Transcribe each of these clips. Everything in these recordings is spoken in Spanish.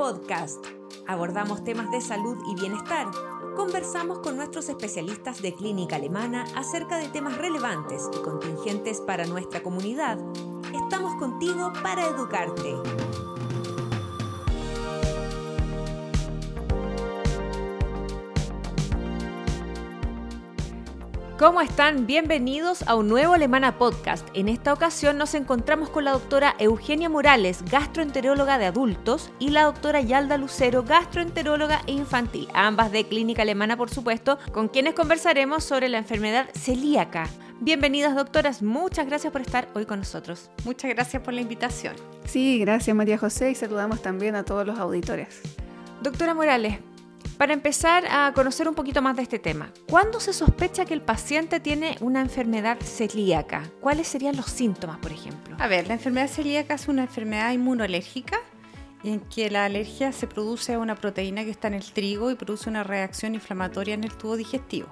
Podcast. Abordamos temas de salud y bienestar. Conversamos con nuestros especialistas de clínica alemana acerca de temas relevantes y contingentes para nuestra comunidad. Estamos contigo para educarte. ¿Cómo están? Bienvenidos a un nuevo Alemana Podcast. En esta ocasión nos encontramos con la doctora Eugenia Morales, gastroenteróloga de adultos, y la doctora Yalda Lucero, gastroenteróloga infantil, ambas de clínica alemana, por supuesto, con quienes conversaremos sobre la enfermedad celíaca. Bienvenidas, doctoras. Muchas gracias por estar hoy con nosotros. Muchas gracias por la invitación. Sí, gracias María José, y saludamos también a todos los auditores. Doctora Morales, para empezar a conocer un poquito más de este tema, ¿cuándo se sospecha que el paciente tiene una enfermedad celíaca? ¿Cuáles serían los síntomas, por ejemplo? A ver, la enfermedad celíaca es una enfermedad inmunolérgica en que la alergia se produce a una proteína que está en el trigo y produce una reacción inflamatoria en el tubo digestivo.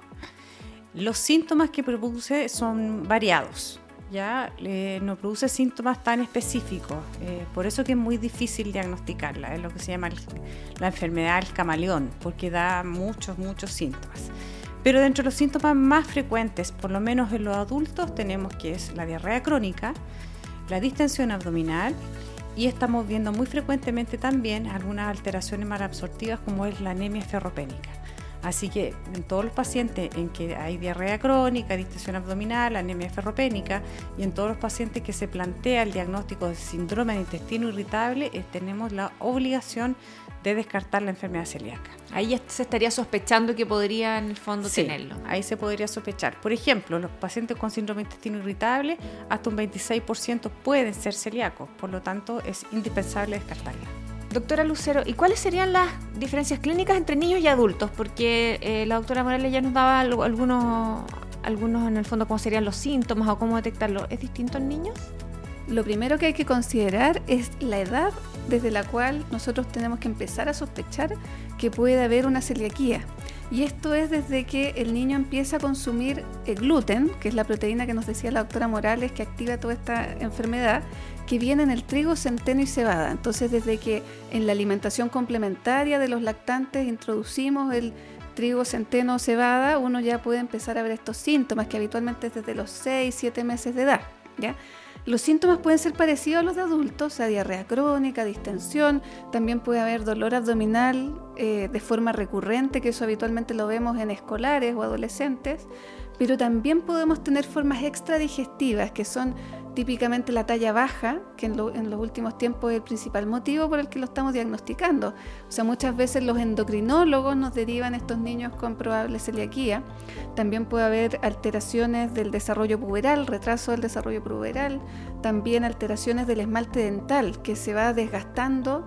Los síntomas que produce son variados. Ya no produce síntomas tan específicos, por eso que es muy difícil diagnosticarla, es lo que se llama la enfermedad del camaleón, porque da muchos síntomas. Pero dentro de los síntomas más frecuentes, por lo menos en los adultos, tenemos que es la diarrea crónica, la distensión abdominal, y estamos viendo muy frecuentemente también algunas alteraciones malabsortivas como es la anemia ferropénica. Así que en todos los pacientes en que hay diarrea crónica, distensión abdominal, anemia ferropénica, y en todos los pacientes que se plantea el diagnóstico de síndrome de intestino irritable, tenemos la obligación de descartar la enfermedad celíaca. Ahí ya se estaría sospechando que podría en el fondo tenerlo. Ahí se podría sospechar. Por ejemplo, los pacientes con síndrome de intestino irritable, hasta un 26% pueden ser celíacos, por lo tanto es indispensable descartarla. Doctora Lucero, ¿y cuáles serían las diferencias clínicas entre niños y adultos? Porque la doctora Morales ya nos daba algunos en el fondo cómo serían los síntomas o cómo detectarlo. ¿Es distinto en niños? Lo primero que hay que considerar es la edad desde la cual nosotros tenemos que empezar a sospechar que puede haber una celiaquía. Y esto es desde que el niño empieza a consumir el gluten, que es la proteína que nos decía la doctora Morales que activa toda esta enfermedad, que viene en el trigo, centeno y cebada. Entonces, desde que en la alimentación complementaria de los lactantes introducimos el trigo, centeno o cebada, uno ya puede empezar a ver estos síntomas que habitualmente es desde los 6-7 meses de edad, ¿ya? Los síntomas pueden ser parecidos a los de adultos, o sea, diarrea crónica, distensión, también puede haber dolor abdominal de forma recurrente, que eso habitualmente lo vemos en escolares o adolescentes, pero también podemos tener formas extradigestivas, que son típicamente la talla baja, que en los últimos tiempos es el principal motivo por el que lo estamos diagnosticando. O sea, muchas veces los endocrinólogos nos derivan estos niños con probable celiaquía. También puede haber alteraciones del desarrollo puberal, retraso del desarrollo puberal, también alteraciones del esmalte dental, que se va desgastando,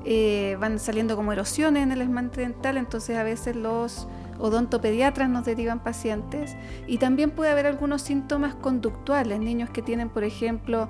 van saliendo como erosiones en el esmalte dental, entonces a veces los odontopediatras nos derivan pacientes, y también puede haber algunos síntomas conductuales, niños que tienen, por ejemplo,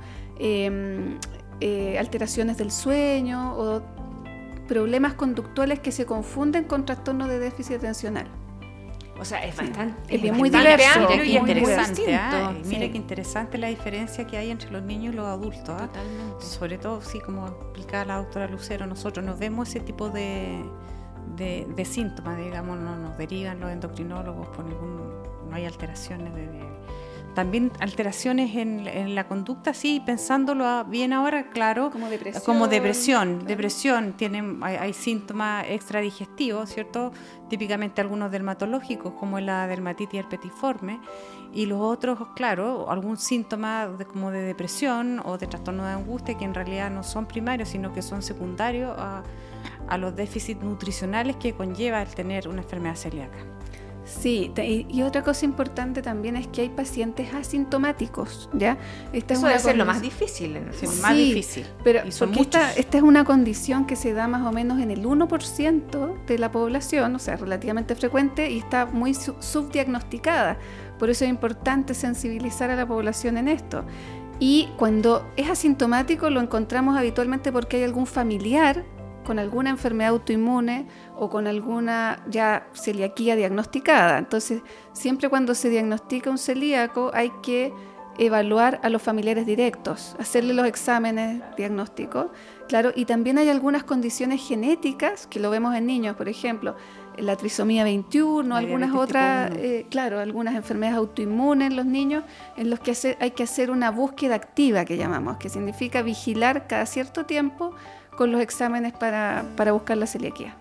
alteraciones del sueño o problemas conductuales que se confunden con trastorno de déficit atencional. O sea, es bastante, es muy diverso, amplio y muy interesante. Mira qué interesante la diferencia que hay entre los niños y los adultos. Totalmente. Sobre todo, sí, como explicaba la doctora Lucero, nosotros nos vemos ese tipo de síntomas, digamos, no nos derivan los endocrinólogos por no hay alteraciones también alteraciones en la conducta, sí, pensándolo bien ahora, claro, como depresión, hay síntomas extradigestivos, ¿cierto? Típicamente algunos dermatológicos, como la dermatitis herpetiforme, y los otros, claro, algún síntoma como de depresión o de trastorno de angustia, que en realidad no son primarios, sino que son secundarios a los déficits nutricionales que conlleva el tener una enfermedad celíaca. Sí, y otra cosa importante también es que hay pacientes asintomáticos, ¿ya? Eso debe ser lo más difícil. Más difícil. Pero porque esta es una condición que se da más o menos en el 1% de la población, o sea, relativamente frecuente, y está muy subdiagnosticada. Por eso es importante sensibilizar a la población en esto. Y cuando es asintomático lo encontramos habitualmente porque hay algún familiar con alguna enfermedad autoinmune o con alguna ya celiaquía diagnosticada. Entonces, siempre cuando se diagnostica un celíaco hay que evaluar a los familiares directos, hacerle los exámenes diagnósticos, claro, y también hay algunas condiciones genéticas que lo vemos en niños, por ejemplo, la trisomía 21, algunas otras, algunas enfermedades autoinmunes en los niños, en los que hay que hacer una búsqueda activa, que llamamos, que significa vigilar cada cierto tiempo con los exámenes para buscar la celiaquía.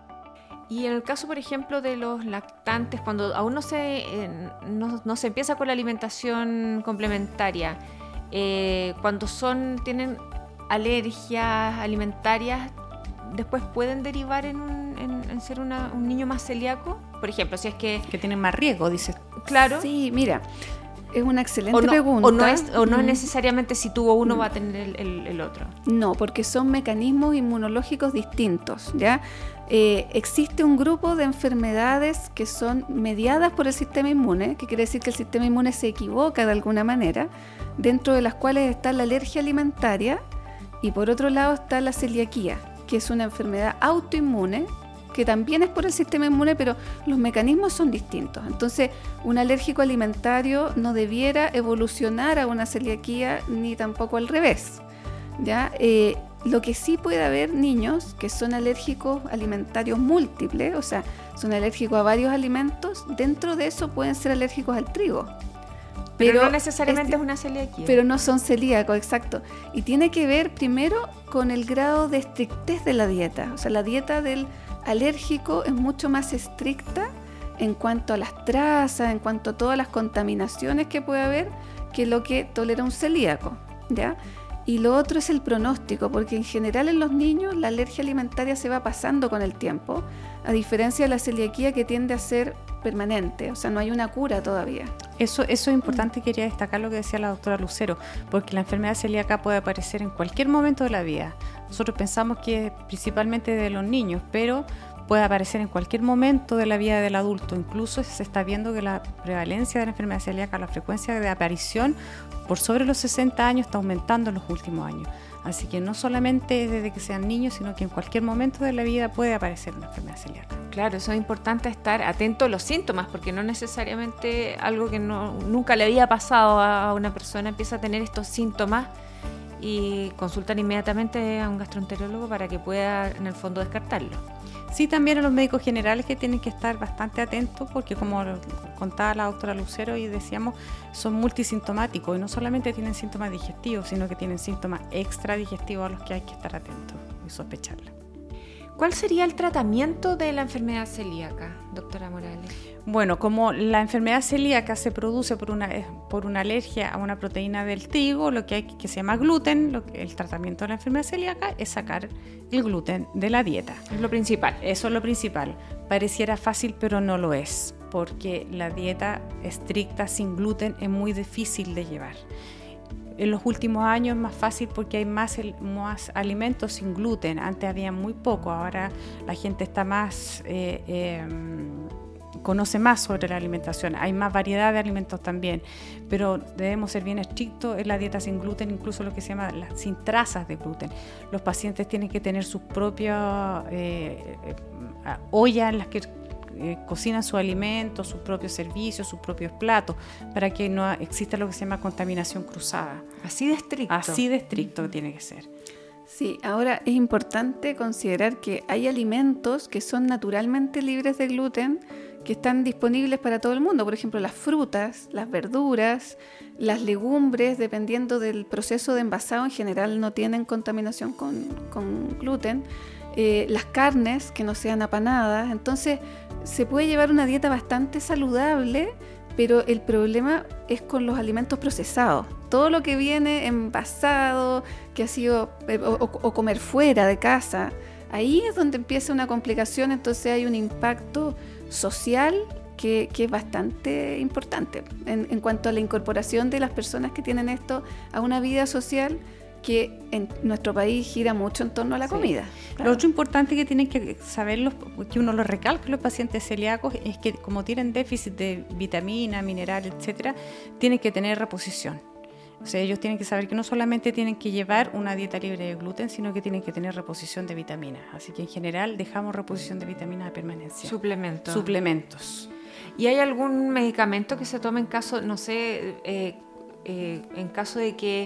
Y en el caso, por ejemplo, de los lactantes, cuando aún no se empieza con la alimentación complementaria, cuando tienen alergias alimentarias, ¿después pueden derivar en ser un niño más celíaco? Por ejemplo, si es que tienen más riesgo, dices. Claro. Sí, mira, es una excelente pregunta. O no es necesariamente si tuvo uno va a tener el otro. No, porque son mecanismos inmunológicos distintos, ¿ya? Existe un grupo de enfermedades que son mediadas por el sistema inmune, que quiere decir que el sistema inmune se equivoca de alguna manera, dentro de las cuales está la alergia alimentaria y por otro lado está la celiaquía, que es una enfermedad autoinmune que también es por el sistema inmune, pero los mecanismos son distintos. Entonces, un alérgico alimentario no debiera evolucionar a una celiaquía ni tampoco al revés, ¿ya? Lo que sí puede haber niños que son alérgicos alimentarios múltiples, o sea, son alérgicos a varios alimentos, dentro de eso pueden ser alérgicos al trigo. Pero no necesariamente es una celiaquía. Pero no son celíacos, exacto. Y tiene que ver primero con el grado de estrictez de la dieta. O sea, la dieta del alérgico es mucho más estricta en cuanto a las trazas, en cuanto a todas las contaminaciones que puede haber, que lo que tolera un celíaco, ¿ya? Y lo otro es el pronóstico, porque en general en los niños la alergia alimentaria se va pasando con el tiempo, a diferencia de la celiaquía que tiende a ser permanente, o sea, no hay una cura todavía. Eso es importante, quería destacar lo que decía la doctora Lucero, porque la enfermedad celíaca puede aparecer en cualquier momento de la vida. Nosotros pensamos que es principalmente de los niños, pero puede aparecer en cualquier momento de la vida del adulto. Incluso se está viendo que la prevalencia de la enfermedad celíaca, la frecuencia de aparición por sobre los 60 años está aumentando en los últimos años. Así que no solamente desde que sean niños, sino que en cualquier momento de la vida puede aparecer una enfermedad celíaca. Claro, eso es importante, estar atento a los síntomas, porque no necesariamente algo que nunca le había pasado a una persona empieza a tener estos síntomas y consultan inmediatamente a un gastroenterólogo para que pueda en el fondo descartarlo. Sí, también a los médicos generales que tienen que estar bastante atentos porque, como contaba la doctora Lucero y decíamos, son multisintomáticos y no solamente tienen síntomas digestivos, sino que tienen síntomas extradigestivos a los que hay que estar atentos y sospecharlos. ¿Cuál sería el tratamiento de la enfermedad celíaca, doctora Morales? Bueno, como la enfermedad celíaca se produce por una alergia a una proteína del trigo, lo que hay que se llama gluten, el tratamiento de la enfermedad celíaca es sacar el gluten de la dieta. Es lo principal. Eso es lo principal. Pareciera fácil, pero no lo es, porque la dieta estricta sin gluten es muy difícil de llevar. En los últimos años es más fácil porque hay más alimentos sin gluten. Antes había muy poco, ahora la gente está más... conoce más sobre la alimentación, hay más variedad de alimentos también, pero debemos ser bien estrictos en la dieta sin gluten, incluso lo que se llama sin trazas de gluten. Los pacientes tienen que tener sus propias ollas en las que cocinan sus alimentos, sus propios servicios, sus propios platos, para que no exista lo que se llama contaminación cruzada. Así de estricto. Así de estricto tiene que ser. Sí, ahora es importante considerar que hay alimentos que son naturalmente libres de gluten, que están disponibles para todo el mundo. Por ejemplo, las frutas, las verduras, las legumbres, dependiendo del proceso de envasado, en general no tienen contaminación con gluten. Las carnes que no sean apanadas. Entonces, se puede llevar una dieta bastante saludable, pero el problema es con los alimentos procesados. Todo lo que viene envasado, que ha sido, o comer fuera de casa, ahí es donde empieza una complicación. Entonces hay un impacto social que es bastante importante en cuanto a la incorporación de las personas que tienen esto a una vida social que en nuestro país gira mucho en torno a la comida. Claro. Lo otro importante que tienen que saber, que uno lo recalca los pacientes celíacos, es que como tienen déficit de vitamina, mineral, etcétera, tienen que tener reposición. O sea, ellos tienen que saber que no solamente tienen que llevar una dieta libre de gluten, sino que tienen que tener reposición de vitaminas. Así que en general dejamos reposición de vitaminas de permanencia. Suplementos. ¿Y hay algún medicamento que se tome en caso, no sé, en caso de que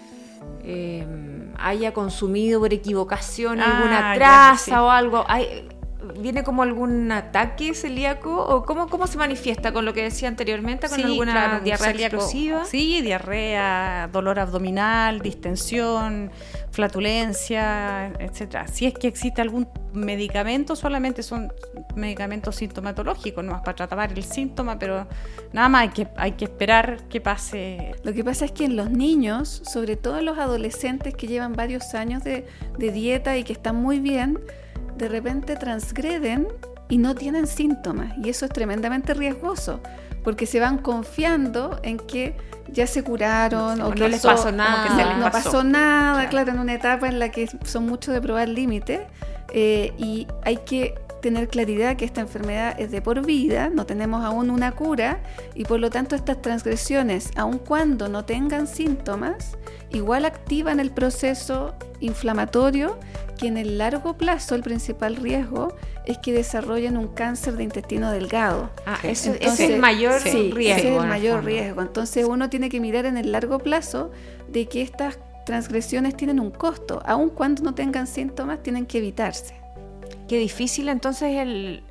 haya consumido por equivocación alguna traza o algo, ¿viene como algún ataque celíaco? ¿O cómo se manifiesta con lo que decía anteriormente? ¿Con alguna diarrea explosiva? Sí, diarrea, dolor abdominal, distensión, flatulencia, etcétera. Si es que existe algún medicamento, solamente son medicamentos sintomatológicos, no más para tratar el síntoma, pero nada más hay que esperar que pase. Lo que pasa es que en los niños, sobre todo en los adolescentes que llevan varios años de dieta y que están muy bien, de repente transgreden y no tienen síntomas, y eso es tremendamente riesgoso porque se van confiando en que ya se curaron o que no les pasó nada, no pasó nada, claro, en una etapa en la que son muchos de probar límites, y hay que tener claridad que esta enfermedad es de por vida, no tenemos aún una cura, y por lo tanto estas transgresiones, aun cuando no tengan síntomas, igual activan el proceso inflamatorio, que en el largo plazo el principal riesgo es que desarrollen un cáncer de intestino delgado. Entonces, es el mayor riesgo. Ese es el mayor riesgo. Entonces uno tiene que mirar en el largo plazo de que estas transgresiones tienen un costo, aun cuando no tengan síntomas, tienen que evitarse. Qué difícil entonces el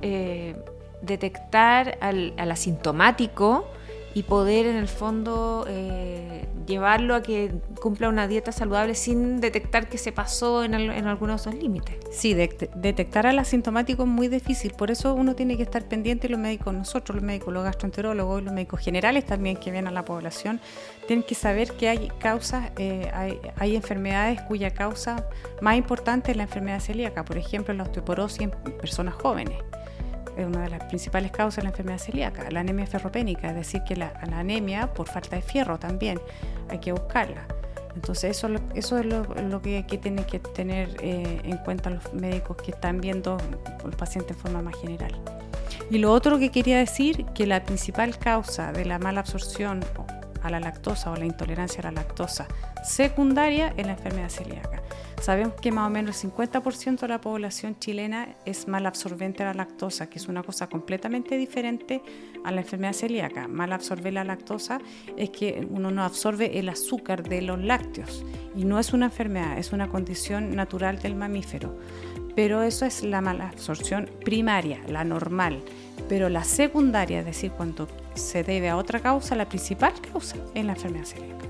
detectar al asintomático y poder en el fondo llevarlo a que cumpla una dieta saludable sin detectar que se pasó en algunos de esos límites. Sí, detectar al asintomático es muy difícil, por eso uno tiene que estar pendiente, los médicos, nosotros los médicos, los gastroenterólogos y los médicos generales también que ven a la población, tienen que saber que hay causas, hay enfermedades cuya causa más importante es la enfermedad celíaca, por ejemplo la osteoporosis en personas jóvenes. Es una de las principales causas de la enfermedad celíaca, la anemia ferropénica, es decir, que la anemia por falta de fierro también, hay que buscarla. Entonces eso es lo que tienen que tener en cuenta los médicos que están viendo al paciente en forma más general. Y lo otro que quería decir, que la principal causa de la mala absorción a la lactosa o la intolerancia a la lactosa secundaria es la enfermedad celíaca. Sabemos que más o menos el 50% de la población chilena es malabsorbente a la lactosa, que es una cosa completamente diferente a la enfermedad celíaca. Malabsorber la lactosa es que uno no absorbe el azúcar de los lácteos y no es una enfermedad, es una condición natural del mamífero. Pero eso es la malabsorción primaria, la normal. Pero la secundaria, es decir, cuando se debe a otra causa, la principal causa es la enfermedad celíaca.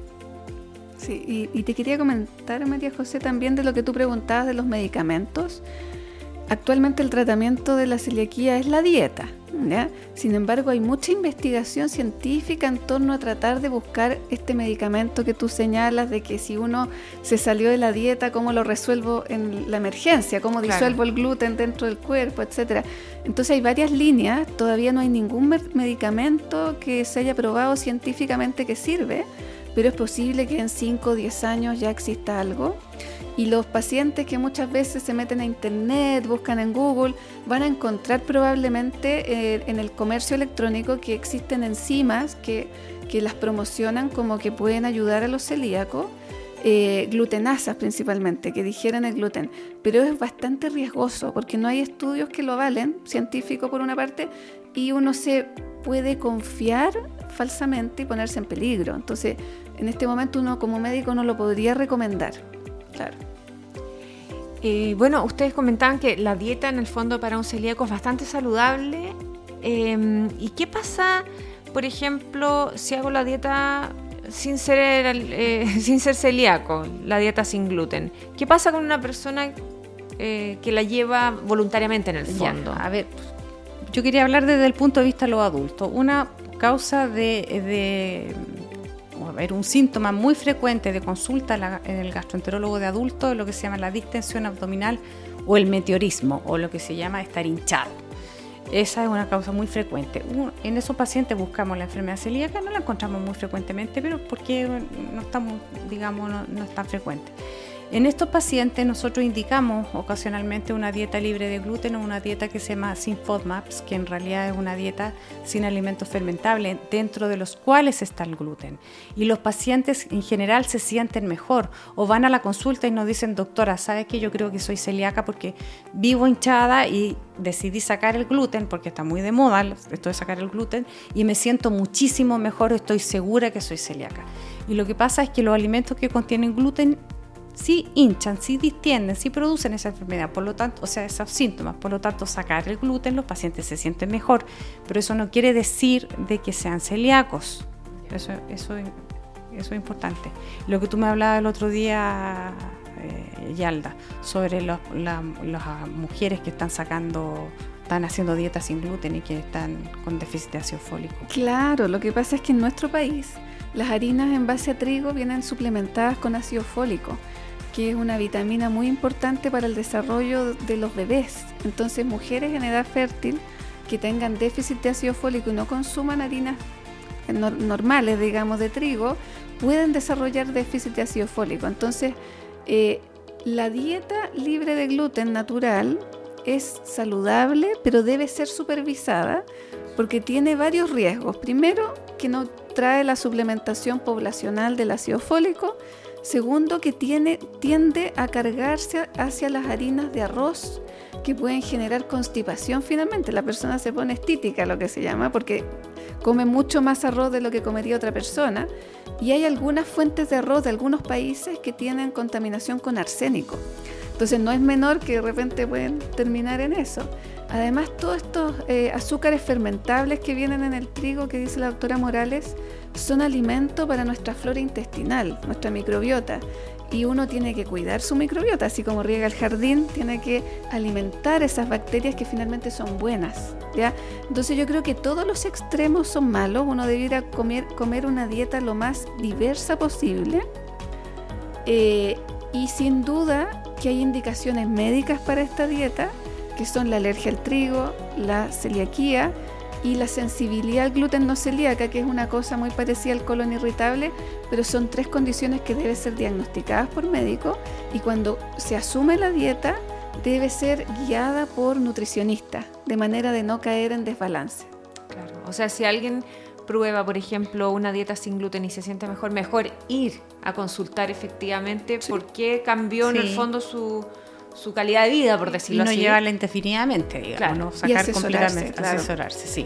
Sí, y te quería comentar, María José, también de lo que tú preguntabas de los medicamentos. Actualmente el tratamiento de la celiaquía es la dieta, ¿ya? Sin embargo, hay mucha investigación científica en torno a tratar de buscar este medicamento que tú señalas, de que si uno se salió de la dieta, ¿cómo lo resuelvo en la emergencia? ¿Cómo disuelvo el gluten dentro del cuerpo, etcétera? Entonces hay varias líneas, todavía no hay ningún medicamento que se haya probado científicamente que sirve, pero es posible que en 5 o 10 años ya exista algo. Y los pacientes que muchas veces se meten a internet, buscan en Google, van a encontrar probablemente en el comercio electrónico que existen enzimas que las promocionan como que pueden ayudar a los celíacos, glutenasas principalmente, que digieren el gluten. Pero es bastante riesgoso porque no hay estudios que lo avalen, científicos por una parte, y uno se puede confiar falsamente y ponerse en peligro. Entonces, en este momento uno como médico no lo podría recomendar. Claro. Bueno, ustedes comentaban que la dieta en el fondo para un celíaco es bastante saludable. ¿Y qué pasa, por ejemplo, si hago la dieta sin ser celíaco, la dieta sin gluten? ¿Qué pasa con una persona que la lleva voluntariamente en el fondo? Ya, a ver, yo quería hablar desde el punto de vista de los adultos. Una causa un síntoma muy frecuente de consulta en el gastroenterólogo de adultos es lo que se llama la distensión abdominal o el meteorismo, o lo que se llama estar hinchado. Esa es una causa muy frecuente. En esos pacientes buscamos la enfermedad celíaca, no la encontramos muy frecuentemente, pero porque no es tan frecuente. En estos pacientes nosotros indicamos ocasionalmente una dieta libre de gluten o una dieta que se llama sin FODMAPs, que en realidad es una dieta sin alimentos fermentables, dentro de los cuales está el gluten. Y los pacientes en general se sienten mejor o van a la consulta y nos dicen: doctora, ¿sabes qué? Yo creo que soy celíaca porque vivo hinchada y decidí sacar el gluten porque está muy de moda esto de sacar el gluten y me siento muchísimo mejor, estoy segura que soy celíaca. Y lo que pasa es que los alimentos que contienen gluten sí hinchan, sí distienden, sí producen esa enfermedad, por lo tanto, o sea, esos síntomas. Por lo tanto, sacar el gluten, los pacientes se sienten mejor, pero eso no quiere decir de que sean celíacos. Eso es importante. Lo que tú me hablabas el otro día, Yalda, sobre las mujeres que están haciendo dieta sin gluten y que están con déficit de ácido fólico. Claro, lo que pasa es que en nuestro país las harinas en base a trigo vienen suplementadas con ácido fólico, que es una vitamina muy importante para el desarrollo de los bebés. Entonces, mujeres en edad fértil que tengan déficit de ácido fólico y no consuman harinas normales, digamos, de trigo, pueden desarrollar déficit de ácido fólico. Entonces, la dieta libre de gluten natural es saludable, pero debe ser supervisada porque tiene varios riesgos. Primero, que no trae la suplementación poblacional del ácido fólico. Segundo, que tiende a cargarse hacia las harinas de arroz, que pueden generar constipación. Finalmente, la persona se pone estítica, lo que se llama, porque come mucho más arroz de lo que comería otra persona. Y hay algunas fuentes de arroz de algunos países que tienen contaminación con arsénico. Entonces no es menor que de repente pueden terminar en eso. Además, todos estos azúcares fermentables que vienen en el trigo, que dice la doctora Morales, son alimento para nuestra flora intestinal, nuestra microbiota. Y uno tiene que cuidar su microbiota, así como riega el jardín, tiene que alimentar esas bacterias que finalmente son buenas, ¿ya? Entonces yo creo que todos los extremos son malos. Uno debiera comer una dieta lo más diversa posible. Y sin duda que hay indicaciones médicas para esta dieta, que son la alergia al trigo, la celiaquía y la sensibilidad al gluten no celíaca, que es una cosa muy parecida al colon irritable, pero son 3 condiciones que deben ser diagnosticadas por médico, y cuando se asume la dieta debe ser guiada por nutricionistas, de manera de no caer en desbalance. Claro. O sea, si alguien prueba, por ejemplo, una dieta sin gluten y se siente mejor ir a consultar efectivamente por qué cambió en el fondo su calidad de vida, por decirlo así. Y no llevarla indefinidamente, digamos, claro. ¿no? Sacar completamente, claro. Asesorarse, sí.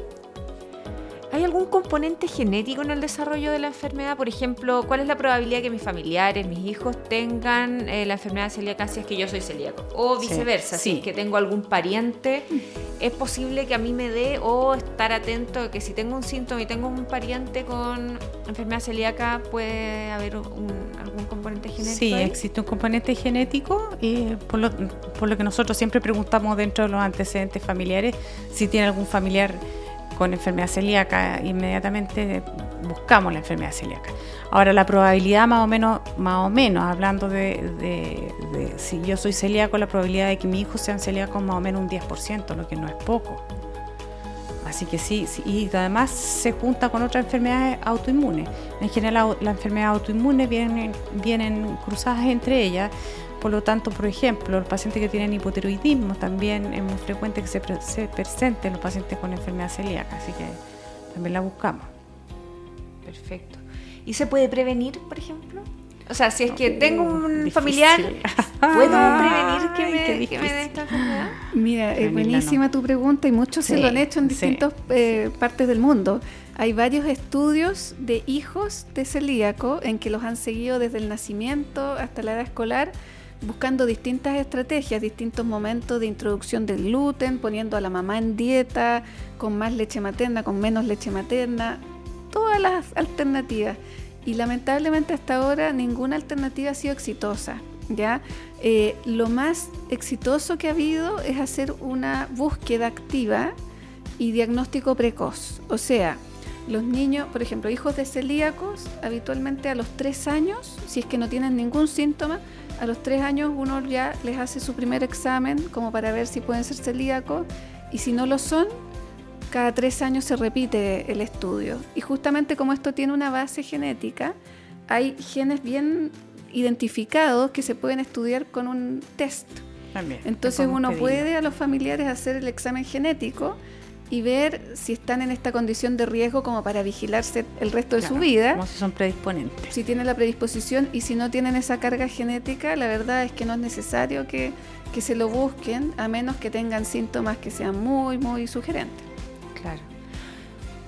¿Hay algún componente genético en el desarrollo de la enfermedad? Por ejemplo, ¿cuál es la probabilidad que mis familiares, mis hijos tengan la enfermedad celíaca si es que yo soy celíaco? O viceversa, si es que tengo algún pariente, ¿es posible que a mí me dé, o estar atento que si tengo un síntoma y tengo un pariente con enfermedad celíaca, puede haber algún componente genético? Sí, ahí? existe un componente genético, y por lo que nosotros siempre preguntamos dentro de los antecedentes familiares, si tiene algún familiar con enfermedad celíaca, inmediatamente buscamos la enfermedad celíaca. Ahora, la probabilidad más o menos, hablando de si yo soy celíaco, la probabilidad de que mi hijo sean celíacos más o menos un 10%, lo que no es poco. Así que sí, y además se junta con otras enfermedades autoinmunes. En general, las enfermedades autoinmunes vienen cruzadas entre ellas. Por lo tanto, por ejemplo, los pacientes que tienen hipotiroidismo también es muy frecuente que se presenten los pacientes con enfermedad celíaca, así que también la buscamos. Perfecto. ¿Y se puede prevenir, por ejemplo? O sea, si es que tengo un familiar, ¿puedo prevenir que me dé esta enfermedad? Mira, es buenísima tu pregunta, y muchos se lo han hecho en distintas partes del mundo. Hay varios estudios de hijos de celíaco en que los han seguido desde el nacimiento hasta la edad escolar, buscando distintas estrategias, distintos momentos de introducción del gluten, poniendo a la mamá en dieta, con más leche materna, con menos leche materna, todas las alternativas. Y lamentablemente hasta ahora ninguna alternativa ha sido exitosa, ¿ya? Lo más exitoso que ha habido es hacer una búsqueda activa y diagnóstico precoz. O sea, los niños, por ejemplo, hijos de celíacos, habitualmente a los 3 años, si es que no tienen ningún síntoma, a los 3 años uno ya les hace su primer examen como para ver si pueden ser celíacos, y si no lo son, cada 3 años se repite el estudio. Y justamente como esto tiene una base genética, hay genes bien identificados que se pueden estudiar con un test. También. Entonces uno puede a los familiares hacer el examen genético y ver si están en esta condición de riesgo como para vigilarse el resto de su vida. Como si son predisponentes. Si tienen la predisposición, y si no tienen esa carga genética, la verdad es que no es necesario que se lo busquen, a menos que tengan síntomas que sean muy, muy sugerentes. Claro.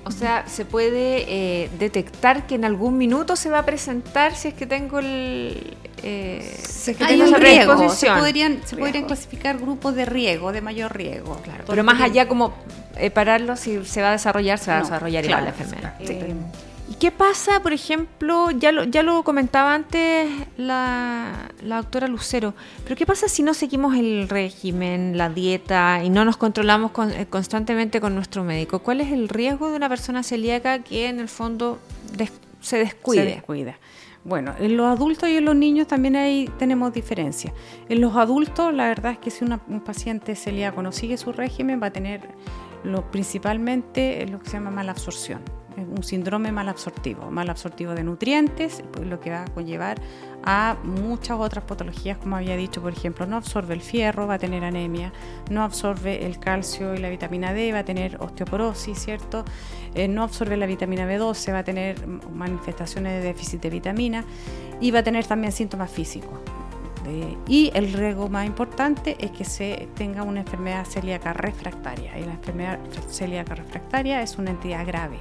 O sea, se puede detectar que en algún minuto se va a presentar si es que tengo el... hay un riesgo. Se podrían clasificar grupos de riesgo, de mayor riesgo. Claro, pero más allá como pararlo, si se va a desarrollar, igual la enfermedad. Sí. ¿Y qué pasa, por ejemplo, ya lo comentaba antes la doctora Lucero, pero qué pasa si no seguimos el régimen, la dieta y no nos controlamos constantemente con nuestro médico? ¿Cuál es el riesgo de una persona celíaca que en el fondo se descuide? Se descuida. Bueno, en los adultos y en los niños también ahí tenemos diferencias. En los adultos, la verdad es que si un paciente celíaco no sigue su régimen, va a tener principalmente lo que se llama malabsorción. Un síndrome malabsortivo de nutrientes, pues lo que va a conllevar a muchas otras patologías, como había dicho, por ejemplo, no absorbe el fierro, va a tener anemia, no absorbe el calcio y la vitamina D, va a tener osteoporosis, ¿cierto? No absorbe la vitamina B12, va a tener manifestaciones de déficit de vitamina y va a tener también síntomas físicos. Y el riesgo más importante es que se tenga una enfermedad celíaca refractaria, y la enfermedad celíaca refractaria es una entidad grave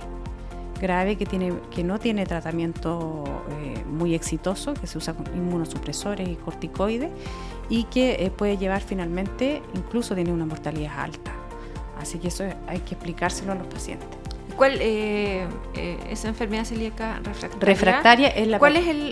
que no tiene tratamiento muy exitoso, que se usa con inmunosupresores y corticoides y que puede llevar finalmente, incluso tiene una mortalidad alta. Así que eso hay que explicárselo a los pacientes. ¿Cuál esa enfermedad celíaca refractaria es la...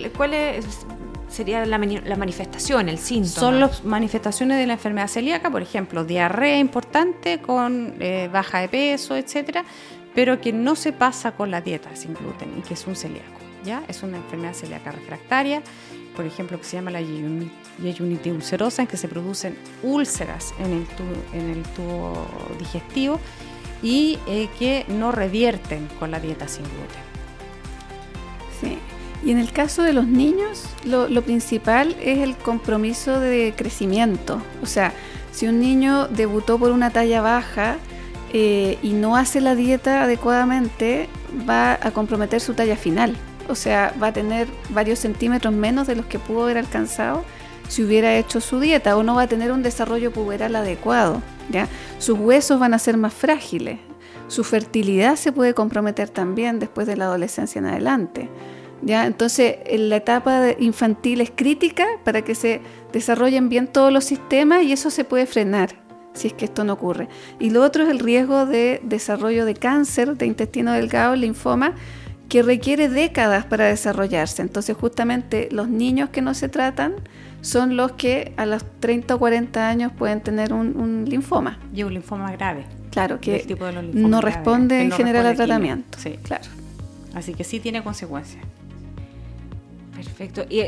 sería la manifestación, el síntoma? Son las manifestaciones de la enfermedad celíaca, por ejemplo, diarrea importante con baja de peso, etcétera, pero que no se pasa con la dieta sin gluten y que es un celíaco, ¿ya? Es una enfermedad celíaca refractaria, por ejemplo, que se llama la yeyunitis ulcerosa, en que se producen úlceras en el tubo digestivo y que no revierten con la dieta sin gluten. Sí. Y en el caso de los niños, lo principal es el compromiso de crecimiento. O sea, si un niño debutó por una talla baja y no hace la dieta adecuadamente, va a comprometer su talla final. O sea, va a tener varios centímetros menos de los que pudo haber alcanzado si hubiera hecho su dieta, o no va a tener un desarrollo puberal adecuado, ¿ya? Sus huesos van a ser más frágiles. Su fertilidad se puede comprometer también después de la adolescencia en adelante. ¿Ya? Entonces, la etapa infantil es crítica para que se desarrollen bien todos los sistemas y eso se puede frenar si es que esto no ocurre. Y lo otro es el riesgo de desarrollo de cáncer de intestino delgado, linfoma, que requiere décadas para desarrollarse. Entonces, justamente los niños que no se tratan son los que a los 30 o 40 años pueden tener un linfoma. Y un linfoma grave. Claro, que no responde en general al tratamiento. Sí, claro. Así que sí tiene consecuencias. Perfecto. Y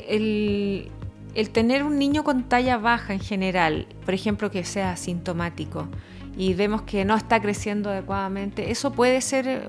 el tener un niño con talla baja en general, por ejemplo, que sea asintomático y vemos que no está creciendo adecuadamente, ¿eso puede ser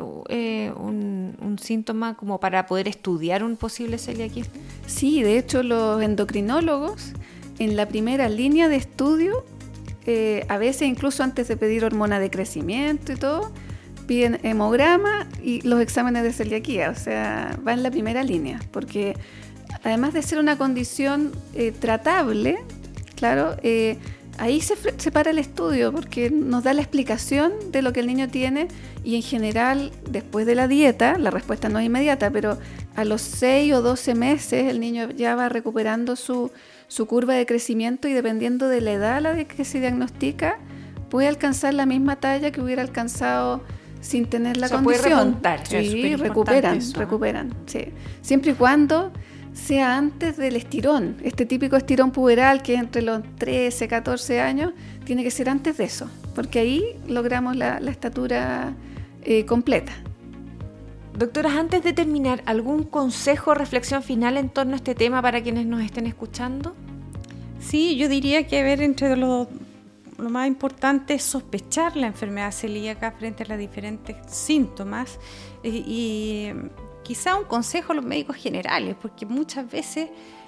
un síntoma como para poder estudiar un posible celiaquismo? Sí, de hecho los endocrinólogos en la primera línea de estudio, a veces incluso antes de pedir hormona de crecimiento y todo, piden hemograma y los exámenes de celiaquía, o sea, va en la primera línea, porque además de ser una condición tratable, claro, ahí se para el estudio porque nos da la explicación de lo que el niño tiene y en general después de la dieta, la respuesta no es inmediata, pero a los 6 o 12 meses el niño ya va recuperando su curva de crecimiento y dependiendo de la edad a la que se diagnostica, puede alcanzar la misma talla que hubiera alcanzado sin tener la condición. Puede remontar. Sí, recuperan. Sí. Siempre y cuando sea antes del estirón. Este típico estirón puberal que entre los 13, 14 años, tiene que ser antes de eso, porque ahí logramos la estatura completa. Doctoras, antes de terminar, ¿algún consejo o reflexión final en torno a este tema para quienes nos estén escuchando? Sí, yo diría que entre lo más importante es sospechar la enfermedad celíaca frente a los diferentes síntomas y quizá un consejo a los médicos generales, porque muchas veces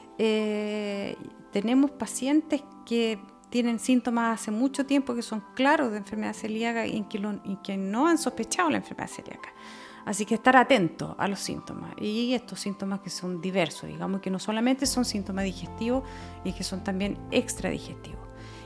tenemos pacientes que tienen síntomas hace mucho tiempo que son claros de enfermedad celíaca y que no han sospechado la enfermedad celíaca. Así que estar atento a los síntomas y estos síntomas que son diversos, digamos que no solamente son síntomas digestivos y que son también extradigestivos.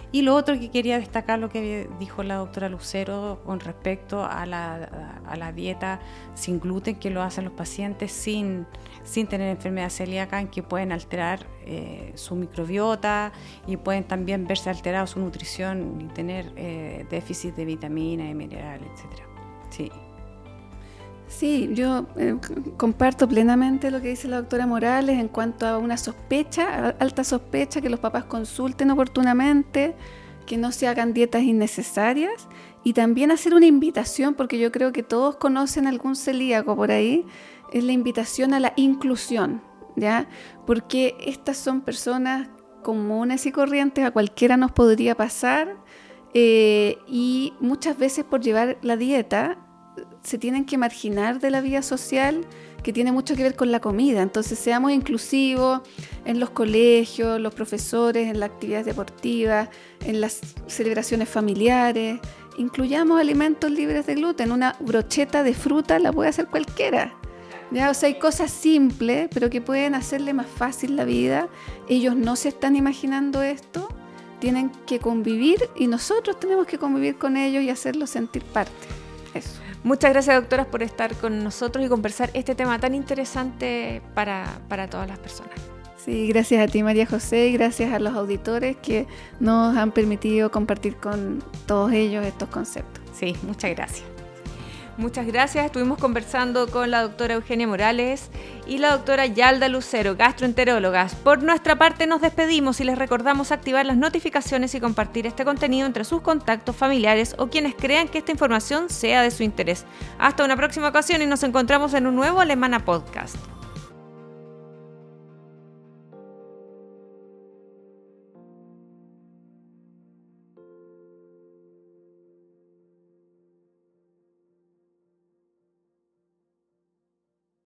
Y lo otro que quería destacar, lo que dijo la doctora Lucero con respecto a la dieta sin gluten, que lo hacen los pacientes sin tener enfermedad celíaca, en que pueden alterar su microbiota y pueden también verse alterada su nutrición y tener déficit de vitaminas, de minerales, etc. Sí. Sí, yo comparto plenamente lo que dice la doctora Morales en cuanto a una sospecha, alta sospecha, que los papás consulten oportunamente, que no se hagan dietas innecesarias y también hacer una invitación, porque yo creo que todos conocen algún celíaco por ahí, es la invitación a la inclusión, ¿ya? Porque estas son personas comunes y corrientes, a cualquiera nos podría pasar y muchas veces por llevar la dieta se tienen que marginar de la vida social, que tiene mucho que ver con la comida. Entonces seamos inclusivos en los colegios, los profesores, en las actividades deportivas, en las celebraciones familiares. Incluyamos alimentos libres de gluten. Una brocheta de fruta la puede hacer cualquiera, ¿ya? O sea, hay cosas simples, pero que pueden hacerle más fácil la vida. Ellos no se están imaginando esto, tienen que convivir y nosotros tenemos que convivir con ellos y hacerlos sentir parte. Eso. Muchas gracias, doctoras, por estar con nosotros y conversar este tema tan interesante para todas las personas. Sí, gracias a ti, María José, y gracias a los auditores que nos han permitido compartir con todos ellos estos conceptos. Sí, muchas gracias. Muchas gracias. Estuvimos conversando con la doctora Eugenia Morales y la doctora Yalda Lucero, gastroenterólogas. Por nuestra parte nos despedimos y les recordamos activar las notificaciones y compartir este contenido entre sus contactos familiares o quienes crean que esta información sea de su interés. Hasta una próxima ocasión y nos encontramos en un nuevo Alemana Podcast.